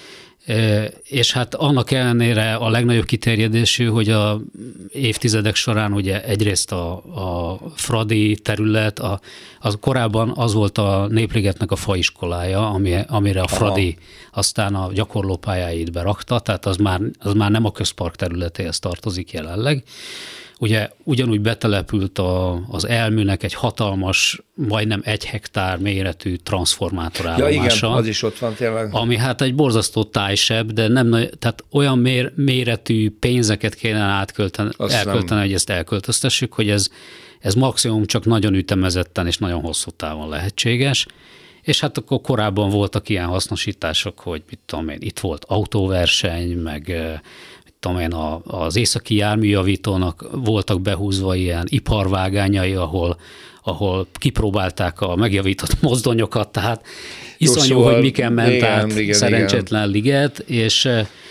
és hát annak ellenére a legnagyobb kiterjedésű, hogy a évtizedek során ugye egyrészt a, a Fradi terület, a, az korábban az volt a Népligetnek a faiskolája, ami, amire a Fradi Aha. aztán a gyakorlópályáit berakta, tehát az már, az már nem a közpark területéhez tartozik jelenleg. Ugye ugyanúgy betelepült a, az Elműnek egy hatalmas, majdnem egy hektár méretű transformátorállomása. Ja igen, az is ott van tényleg. Ami hát egy borzasztó tájsebb, de nem, tehát olyan mér, méretű pénzeket kéne átkölteni, elkölteni, hogy ezt elköltöztessük, hogy ez, ez maximum csak nagyon ütemezetten és nagyon hosszú távon lehetséges. És hát akkor korábban voltak ilyen hasznosítások, hogy mit tudom én, itt volt autóverseny, meg tudom én, az északi járműjavítónak voltak behúzva ilyen iparvágányai, ahol, ahol kipróbálták a megjavított mozdonyokat, tehát iszonyú, szóval, hogy miken ment igen, át igen, szerencsétlen igen. liget, és,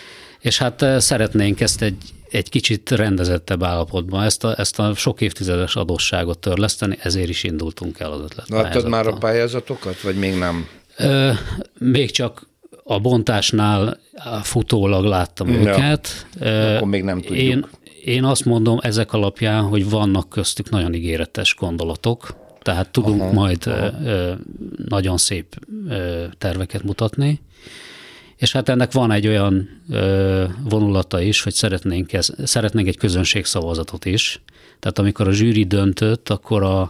és hát szeretnénk ezt egy, egy kicsit rendezettebb állapotban, ezt a, ezt a sok évtizedes adósságot törleszteni, ezért is indultunk el az ötletpályázattal. Láttad már a pályázatokat, vagy még nem? Ö, még csak a bontásnál futólag láttam ja, őket. Akkor még nem tudjuk. Én, én azt mondom ezek alapján, hogy vannak köztük nagyon ígéretes gondolatok, tehát tudunk aha, majd aha. nagyon szép terveket mutatni, és hát ennek van egy olyan vonulata is, hogy szeretnénk, ez, szeretnénk egy közönségszavazatot is. Tehát amikor a zsűri döntött, akkor a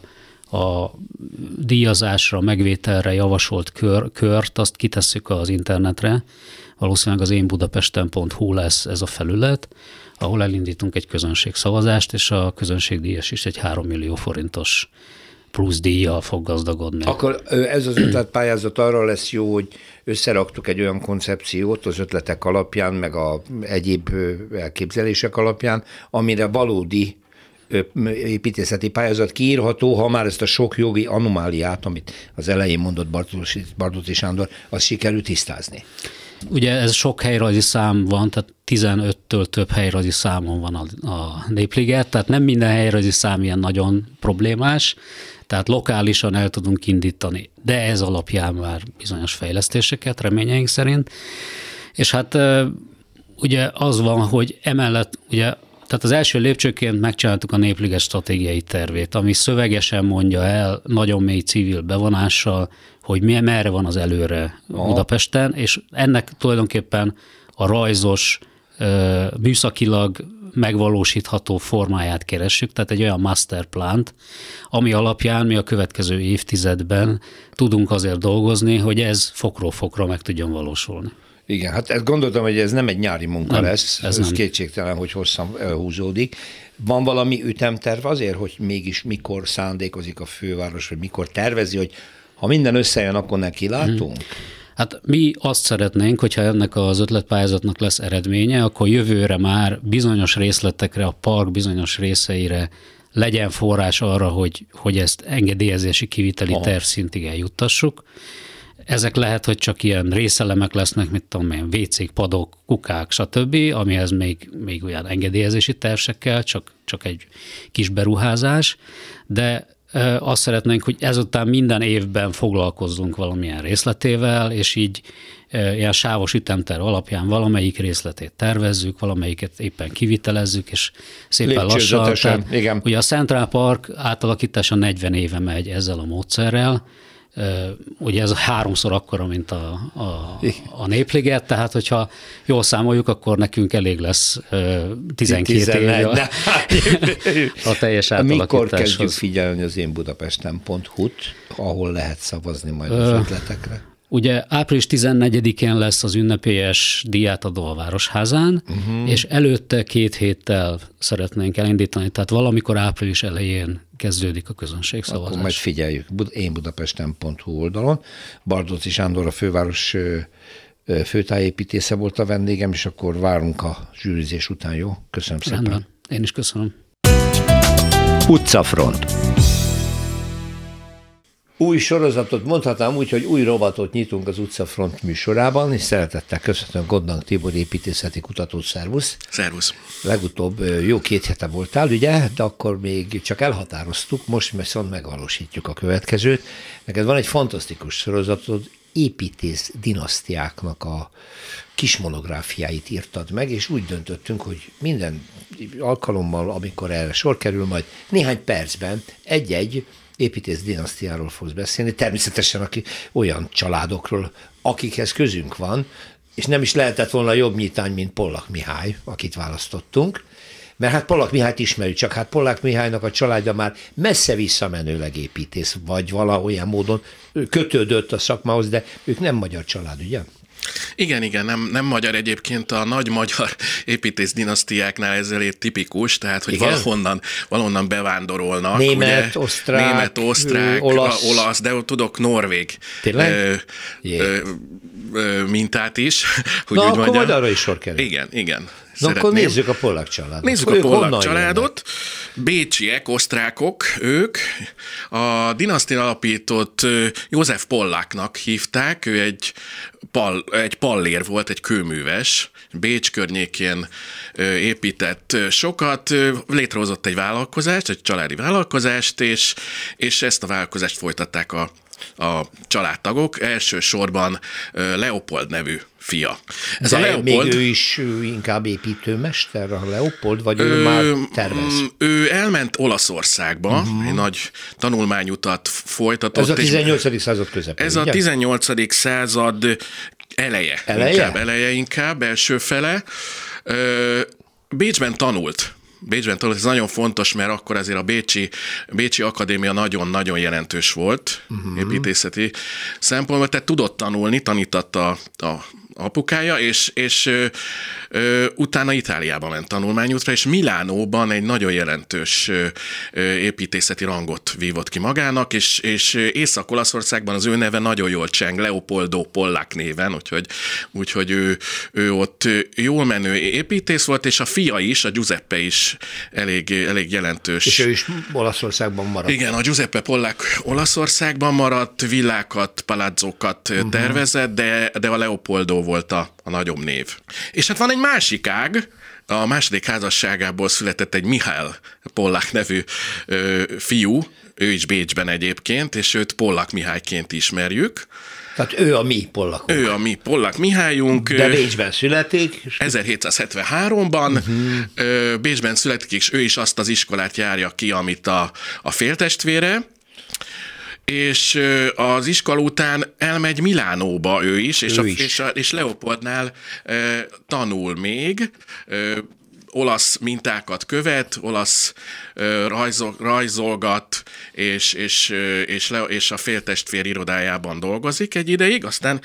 a díjazásra, megvételre javasolt kör, kört, azt kitesszük az internetre. Valószínűleg az én budapesten pont hu lesz ez a felület, ahol elindítunk egy közönségszavazást, és a közönségdíjas is egy három millió forintos plusz díjjal fog gazdagodni. Akkor ez az ötletpályázat arra lesz jó, hogy összeraktuk egy olyan koncepciót az ötletek alapján, meg a egyéb elképzelések alapján, amire valódi építészeti pályázat kiírható, ha már ezt a sok jogi anomáliát, amit az elején mondott Bartóczy, Bartóczy Sándor, azt sikerült tisztázni. Ugye ez sok helyrajzi szám van, tehát tizenöttől több helyrajzi számon van a, a Népliget, tehát nem minden helyrajzi szám ilyen nagyon problémás, tehát lokálisan el tudunk indítani, de ez alapján már bizonyos fejlesztéseket reményeink szerint. És hát ugye az van, hogy emellett ugye tehát az első lépcsőként megcsináltuk a Népliget stratégiai tervét, ami szövegesen mondja el nagyon mély civil bevonással, hogy mi, merre van az előre Aha. Budapesten, és ennek tulajdonképpen a rajzos, műszakilag megvalósítható formáját keressük, tehát egy olyan masterplant, ami alapján mi a következő évtizedben tudunk azért dolgozni, hogy ez fokról fokra meg tudjon valósulni. Igen, hát ezt gondoltam, hogy ez nem egy nyári munka nem, lesz, ez, ez kétségtelen, hogy hosszan húzódik. Van valami ütemterv azért, hogy mégis mikor szándékozik a főváros, vagy mikor tervezi, hogy ha minden összejön, akkor neki látunk? Hát mi azt szeretnénk, hogyha ennek az ötletpályázatnak lesz eredménye, akkor jövőre már bizonyos részletekre, a park bizonyos részeire legyen forrás arra, hogy, hogy ezt engedélyezési kiviteli Aha. terv szintig eljuttassuk. Ezek lehet, hogy csak ilyen részelemek lesznek, mit tudom én, vécék, padok, kukák, stb., amihez még, még olyan engedélyezési terv se kell, csak, csak egy kis beruházás, de e, azt szeretnénk, hogy ezután minden évben foglalkozzunk valamilyen részletével, és így e, ilyen sávos ütemterv alapján valamelyik részletét tervezzük, valamelyiket éppen kivitelezzük, és szépen lassan. Tehát, igen. Ugye a Central Park átalakítása negyven éve megy ezzel a módszerrel, ugye ez háromszor akkora, mint a, a, a Népliget, tehát hogyha jól számoljuk, akkor nekünk elég lesz tizenkét év a, a teljes átalakításhoz. Mikor kezdjük figyelni az én budapesten pont hu-t, ahol lehet szavazni majd az ötletekre? Ugye április tizennegyedikén lesz az ünnepélyes díjátadó a Városházán, uh-huh. és előtte két héttel szeretnénk elindítani, tehát valamikor április elején kezdődik a közönségszavazás. Akkor majd figyeljük, én budapesten pont hu oldalon. Bartóczy Sándor, a főváros főtájépítésze volt a vendégem, és akkor várunk a zsűrizés után, jó? Köszönöm szépen. Rendben. Én is köszönöm. Utcafront. Új sorozatot mondhatnám úgy, hogy új rovatot nyitunk az Utcafront műsorában, és szeretettel köszönöm Godnang Tibor építészeti kutatót, szervusz. Szervusz. Legutóbb jó két hete voltál, ugye, de akkor még csak elhatároztuk, most viszont megvalósítjuk a következőt. Neked van egy fantasztikus sorozatod, építész dinasztiáknak a kis monográfiáit írtad meg, és úgy döntöttünk, hogy minden alkalommal, amikor erre sor kerül, majd néhány percben egy-egy építész dinasztiáról fogsz beszélni, természetesen aki, olyan családokról, akikhez közünk van, és nem is lehetett volna jobb nyitány, mint Pollak Mihály, akit választottunk, mert hát Pollak Mihályt ismerjük, csak hát Pollak Mihálynak a családja már messze visszamenőleg építész, vagy valahol módon kötődött a szakmához, de ők nem magyar család, ugye? Igen, igen, nem, nem magyar egyébként, a nagy magyar építész dinasztiáknál ez elég tipikus, tehát hogy igen? valahonnan, valahonnan bevándorolnak. Német, ugye, osztrák, német, osztrák, olasz. olasz, de tudok norvég ö, ö, ö, mintát is. Hogy Na, úgy akkor mondjam. majd arra is sor kerül. Igen, igen. Na, akkor nézzük a Pollak családot. Nézzük a Pollak családot. Bécsiek, osztrákok, ők. A dinasztián alapított József Polláknak hívták, ő egy, pal, egy pallér volt, egy kőműves, Bécs környékén épített sokat, létrehozott egy vállalkozást, egy családi vállalkozást, és, és ezt a vállalkozást folytatták a a családtagok, elsősorban Leopold nevű fia. Ez De a Leopold, még ő is inkább építőmester, a Leopold, vagy ő, ő már tervez? Ő elment Olaszországba, uh-huh. egy nagy tanulmányutat folytatott. Ez a tizennyolcadik század közepén. Ez ugye? A tizennyolcadik század eleje, eleje? Inkább, eleje inkább, első fele. Bécsben tanult. Bécsben tanult, ez nagyon fontos, mert akkor azért a Bécsi, Bécsi Akadémia nagyon-nagyon jelentős volt uh-huh. építészeti szempontból, tehát tudott tanulni, tanítatta a, apukája, és, és ö, ö, utána Itáliába ment tanulmányútra, és Milánóban egy nagyon jelentős ö, építészeti rangot vívott ki magának, és, és Észak-Olaszországban az ő neve nagyon jól cseng, Leopoldo Pollack néven, úgyhogy, úgyhogy ő, ő ott jól menő építész volt, és a fia is, a Giuseppe is elég, elég jelentős. És ő is Olaszországban maradt. Igen, a Giuseppe Pollack Olaszországban maradt, villákat, palázzókat uh-huh. tervezett, de, de a Leopoldo volt a, a nagyobb név. És hát van egy másik ág, a második házasságából született egy Mihály Pollack nevű ö, fiú, ő is Bécsben egyébként, és őt Pollack Mihályként ismerjük. Tehát ő a mi Pollackunk. Ő a mi Pollack Mihályunk. De Bécsben születik. ezerhétszázhetvenháromban uh-huh. Bécsben születik, és ő is azt az iskolát járja ki, amit a, a féltestvére, és az iskola után elmegy Milánóba ő is, és, ő a, is. és, a, és Leopoldnál e, tanul még, e, olasz mintákat követ, olasz e, rajzol, rajzolgat, és, és, és, le, és a féltestvér irodájában dolgozik egy ideig, aztán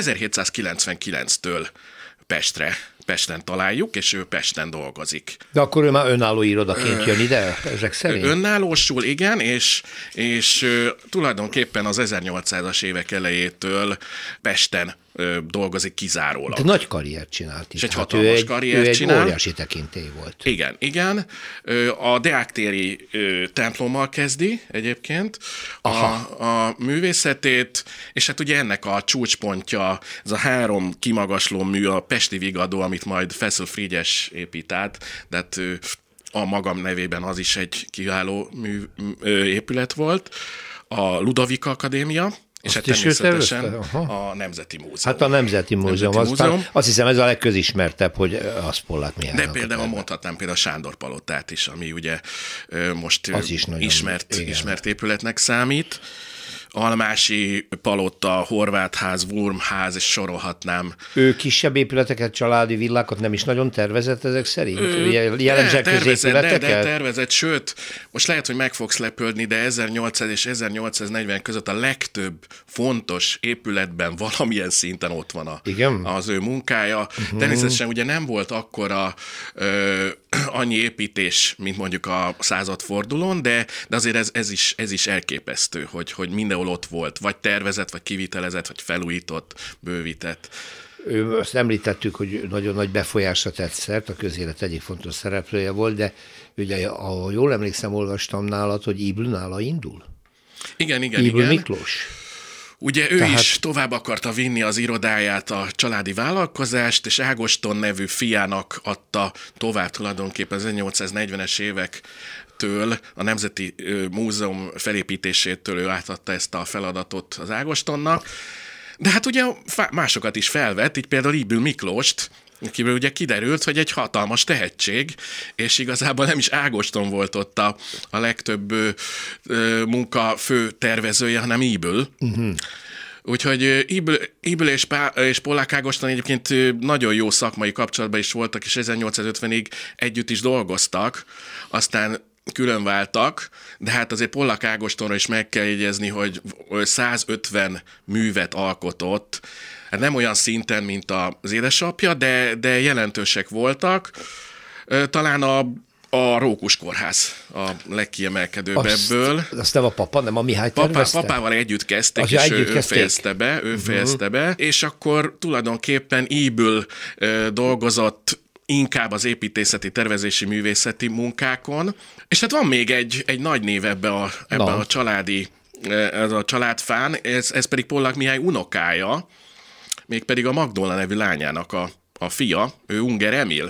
ezerhétszázkilencvenkilenctől Pestre Pesten találjuk, és ő Pesten dolgozik. De akkor ő már önálló irodaként jön ide, ezek szerint? Önállósul, igen, és, és tulajdonképpen az ezernyolcszázas évek elejétől Pesten dolgozik kizárólag. De nagy karriert csinált. És egy hát hatalmas karriert ő egy csinál. óriási tekintély volt. Igen, igen. A deáktéri templommal kezdi egyébként a, a művészetét, és hát ugye ennek a csúcspontja, ez a három kimagasló mű, a Pesti Vigadó, amit majd Feszül Frigyes épít át, de hát a magam nevében az is egy kiváló mű, épület volt. A Ludovika Akadémia, és hát természetesen a Nemzeti Múzeum. Hát a Nemzeti Múzeum, Nemzeti az Múzeum. Azt hiszem ez a legközismertebb, hogy az Pollack Mihálynak. De például mondhatnám például a Sándor palotát is, ami ugye most ismert, ismert épületnek számít. Almási palota, Horvátház, Wurmház, és sorolhatnám. Ő kisebb épületeket, családi villákat nem is nagyon tervezett ezek szerint? Ő jellemzően középületeket? De, de tervezett, sőt, most lehet, hogy meg fogsz lepődni, de ezernyolcszáz és ezernyolcszáznegyven között a legtöbb fontos épületben valamilyen szinten ott van a, az ő munkája. Uh-huh. Természetesen ugye nem volt akkora ö, annyi építés, mint mondjuk a századfordulón, de, de azért ez, ez, is, ez is elképesztő, hogy, hogy mindenhol ott volt, vagy tervezett, vagy kivitelezett, vagy felújított, bővített. Ő, azt említettük, hogy nagyon nagy befolyásra tett szert, a közélet egyik fontos szereplője volt, de ugye, ahol jól emlékszem, olvastam nálad, hogy Ybl nála indul. Igen, igen, Ybl igen. Miklós. Ugye ő Tehát... is tovább akarta vinni az irodáját, a családi vállalkozást, és Ágoston nevű fiának adta tovább tulajdonképpen az ezernyolcszáznegyvenes évek től, a Nemzeti Múzeum felépítésétől ő átadta ezt a feladatot az Ágostonnak. De hát ugye másokat is felvett, így például Ybl Miklóst, akiből ugye kiderült, hogy egy hatalmas tehetség, és igazából nem is Ágoston volt ott a, a legtöbb ö, ö, munka fő tervezője, hanem Ybl. Uh-huh. Úgyhogy Ybl, Ybl és, Pá, és Pollack Ágoston egyébként nagyon jó szakmai kapcsolatban is voltak, és ezernyolcszázötvenig együtt is dolgoztak, aztán különváltak, de hát azért Pollack Ágostonra is meg kell jegyezni, hogy százötven művet alkotott, hát nem olyan szinten, mint az édesapja, de, de jelentősek voltak. Talán a, a Rókus Kórház a legkiemelkedőbb azt, ebből. Azt nem a papa, nem a Mihály tervezte? Papá, papával együtt kezdték, az és együtt ő, ő fejezte be, ő uh-huh. fejezte be, és akkor tulajdonképpen Ybl dolgozott inkább az építészeti, tervezési, művészeti munkákon. És hát van még egy, egy nagy név ebbe a, ebbe no. a családi, ez a családfán, ez, ez pedig Pollack Mihály unokája, mégpedig a Magdolna nevű lányának a, a fia, ő Unger Emil,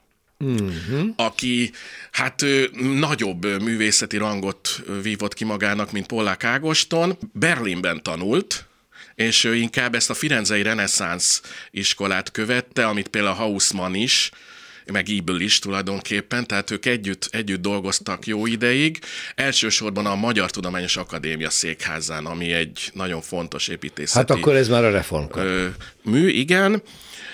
uh-huh. aki hát nagyobb művészeti rangot vívott ki magának, mint Pollack Ágoston. Berlinben tanult, és ő inkább ezt a firenzei reneszánsz iskolát követte, amit például Haussmann is, meg Ybl is tulajdonképpen, tehát ők együtt, együtt dolgoztak jó ideig. Elsősorban a Magyar Tudományos Akadémia székházán, ami egy nagyon fontos építészeti... Hát akkor ez már a reformkor. Mű, igen.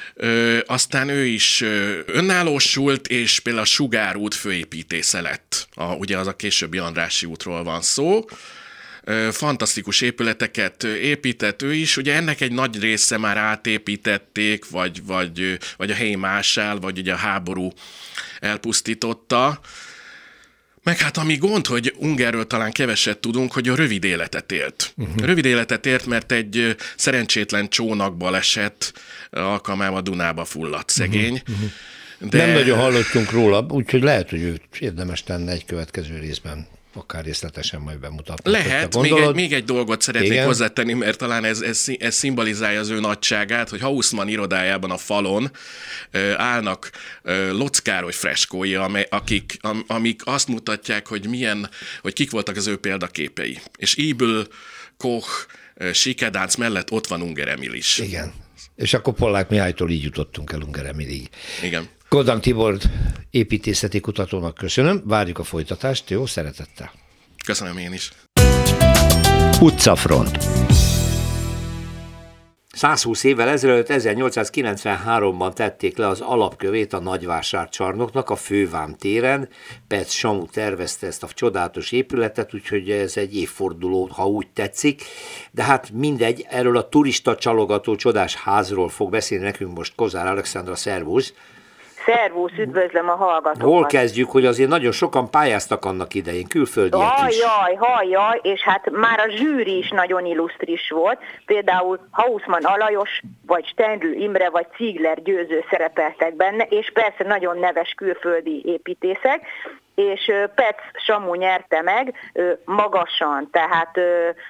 Ö, aztán ő is ö, önállósult, és például a Sugár út főépítésze lett. A, ugye az a későbbi Andrássy útról van szó. fantasztikus épületeket épített ő is. Ugye ennek egy nagy része már átépítették, vagy, vagy, vagy a helyi mássál, vagy ugye a háború elpusztította. Meg hát ami gond, hogy Ungerről talán keveset tudunk, hogy a rövid életet élt. Uh-huh. Rövid életet élt, mert egy szerencsétlen csónakba esett, alkalmával Dunába fulladt szegény. Uh-huh. De... Nem nagyon hallottunk róla, úgyhogy lehet, hogy őt érdemes lenne egy következő részben akár részletesen majd bemutatni. Lehet, még egy, még egy dolgot szeretnék Igen? hozzátenni, mert talán ez, ez, ez szimbolizálja az ő nagyságát, hogy Haussmann irodájában a falon állnak Lotz Károly freskói, akik, amik azt mutatják, hogy milyen, hogy kik voltak az ő példaképei. És Ibl, Koch, Sikedánc mellett ott van Unger Emil is. Igen. És akkor Pollák Mihálytól így jutottunk el Unger Emilig. Igen. Koldang Tibor építészeti kutatónak köszönöm, várjuk a folytatást, jó szeretettel. Köszönöm én is. Utcafront. százhúsz évvel ezelőtt, ezernyolcszázkilencvenháromban tették le az alapkövét a Nagyvásárcsarnoknak a Fővám téren. Petsz Samu tervezte ezt a csodálatos épületet, úgyhogy ez egy évforduló, ha úgy tetszik. De hát mindegy, erről a turista csalogató csodás házról fog beszélni nekünk most Kozár Alexandra, szervusz. Szervusz, üdvözlöm a hallgatókat. Hol kezdjük, hogy azért nagyon sokan pályáztak annak idején, külföldiek is. Hajjaj, hajjaj, és hát már a zsűri is nagyon illusztris volt. Például Haussmann Alajos, vagy Stendl Imre, vagy Ziegler Győző szerepeltek benne, és persze nagyon neves külföldi építészek, és Petsz Samu nyerte meg magasan, tehát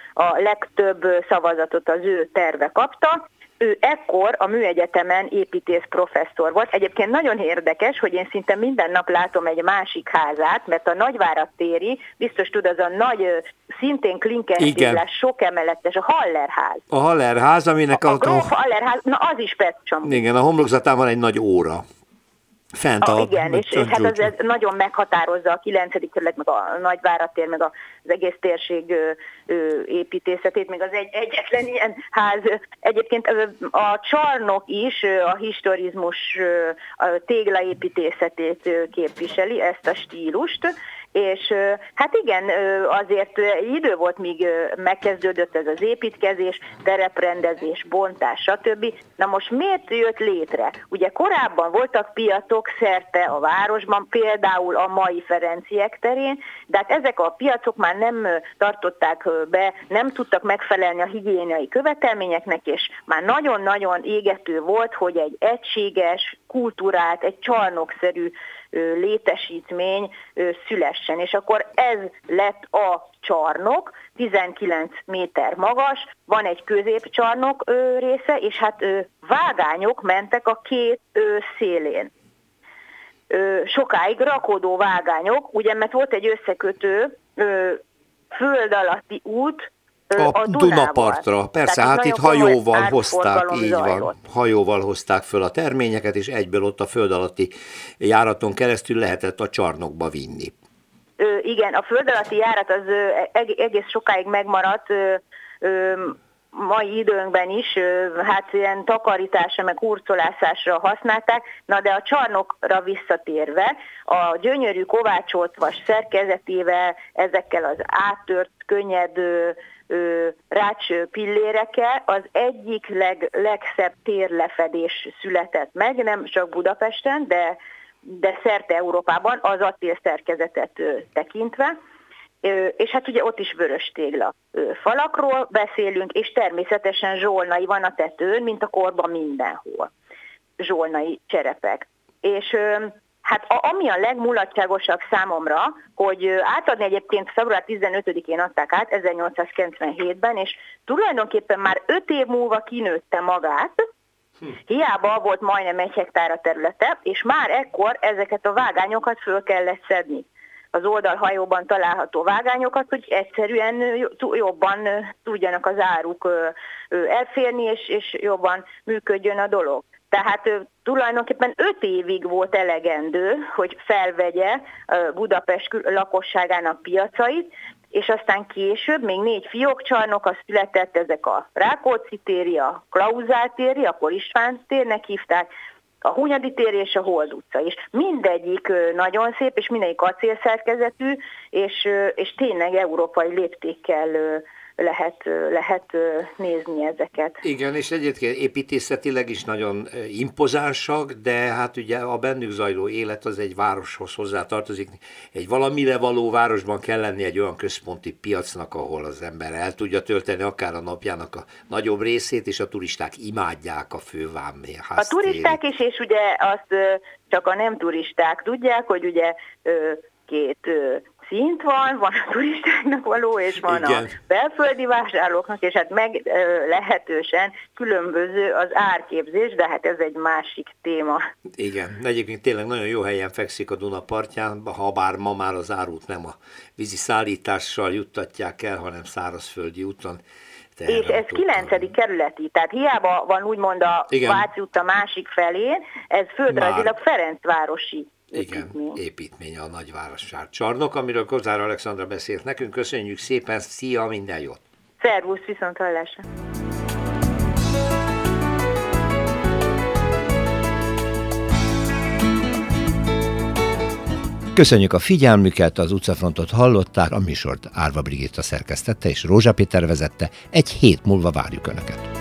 a legtöbb szavazatot az ő terve kapta. Ő ekkor a Műegyetemen építész professzor volt. Egyébként nagyon érdekes, hogy én szinte minden nap látom egy másik házát, mert a Nagyvárad téri, biztos tud, az a nagy, szintén klinkertéglás, sok emeletes, a Hallerház. A Hallerház, aminek a... A Gróf Hallerház, na az is Petsz Samu. Igen, a homlokzatán van egy nagy óra. Fent a, a, igen, és, és hát az, ez nagyon meghatározza a kilencedik kerület, meg a Nagyvárad tér, meg az egész térség ö, ö, építészetét, még az egy, egyetlen ilyen ház. Egyébként a csarnok is a historizmus a téglaépítészetét képviseli, ezt a stílust, és hát igen, azért idő volt, míg megkezdődött ez az építkezés, tereprendezés, bontás, stb. Na most miért jött létre? Ugye korábban voltak piacok szerte a városban, például a mai Ferenciek terén, de hát ezek a piacok már nem tartották be, nem tudtak megfelelni a higiéniai követelményeknek, és már nagyon-nagyon égető volt, hogy egy egységes, kultúrált, egy csarnokszerű létesítmény szülessen. És akkor ez lett a csarnok, tizenkilenc méter magas, van egy középcsarnok része, és hát vágányok mentek a két szélén. Sokáig rakódó vágányok, ugye, mert volt egy összekötő föld alatti út, A, a Dunapartra, persze, tehát hát itt hajóval hozták, így zajlott. Van, hajóval hozták föl a terményeket, és egyből ott a föld alatti járaton keresztül lehetett a csarnokba vinni. Ö, igen, a föld alatti járat az ö, egész sokáig megmaradt, ö, ö, mai időnkben is, ö, hát ilyen takarításra, meg hurcolászásra használták, na de a csarnokra visszatérve, a gyönyörű kovácsolt vas szerkezetével, ezekkel az áttört, könnyed ö, rács pillérekkel az egyik leg, legszebb térlefedés született meg, nem csak Budapesten, de, de szerte Európában az attél szerkezetet tekintve, és hát ugye ott is vörös tégla falakról beszélünk, és természetesen zsolnai van a tetőn, mint a korban mindenhol. Zsolnai cserepek. És hát ami a legmulatságosabb számomra, hogy átadni egyébként február tizenötödikén adták át, ezernyolcszázkilencvenhétben, és tulajdonképpen már öt év múlva kinőtte magát, hiába volt majdnem egy hektár a területe, és már ekkor ezeket a vágányokat föl kellett szedni. Az oldalhajóban található vágányokat, hogy egyszerűen jobban tudjanak az áruk elférni, és, és jobban működjön a dolog. Tehát tulajdonképpen öt évig volt elegendő, hogy felvegye Budapest lakosságának piacait, és aztán később még négy fiókcsarnoka született, ezek a Rákóczi téri, a Klauzál téri, akkor István térnek hívták, a Hunyadi tér és a Hold utca is. Mindegyik nagyon szép, és mindegyik acélszerkezetű, és, és tényleg európai léptékkel lehet, lehet nézni ezeket. Igen, és egyébként építészetileg is nagyon impozánsak, de hát ugye a bennük zajló élet az egy városhoz hozzátartozik. Egy valamire való városban kell lenni egy olyan központi piacnak, ahol az ember el tudja tölteni akár a napjának a nagyobb részét, és a turisták imádják a fővámház. A turisták is, és ugye azt csak a nem turisták tudják, hogy ugye két szint van, van a turistáknak való, és van igen. a belföldi vásárlóknak, és hát meg lehetősen különböző az árképzés, de hát ez egy másik téma. Igen, egyébként tényleg nagyon jó helyen fekszik a Duna partján, ha bár ma már az árút nem a vízi szállítással juttatják el, hanem szárazföldi úton. És ez kilencedik kerületi, tehát hiába van úgymond a igen. Váci utca másik felén, ez földrajzilag Ferencvárosi építmény. Igen, építmény a nagyvárosság csarnok, amiről Kozár Alexandra beszélt nekünk. Köszönjük szépen, szia, minden jót! Szervusz, viszont hallásra! Köszönjük a figyelmüket, az utcafrontot hallották, a műsort Árva Brigitta szerkesztette és Rózsa Péter vezette. Egy hét múlva várjuk Önöket.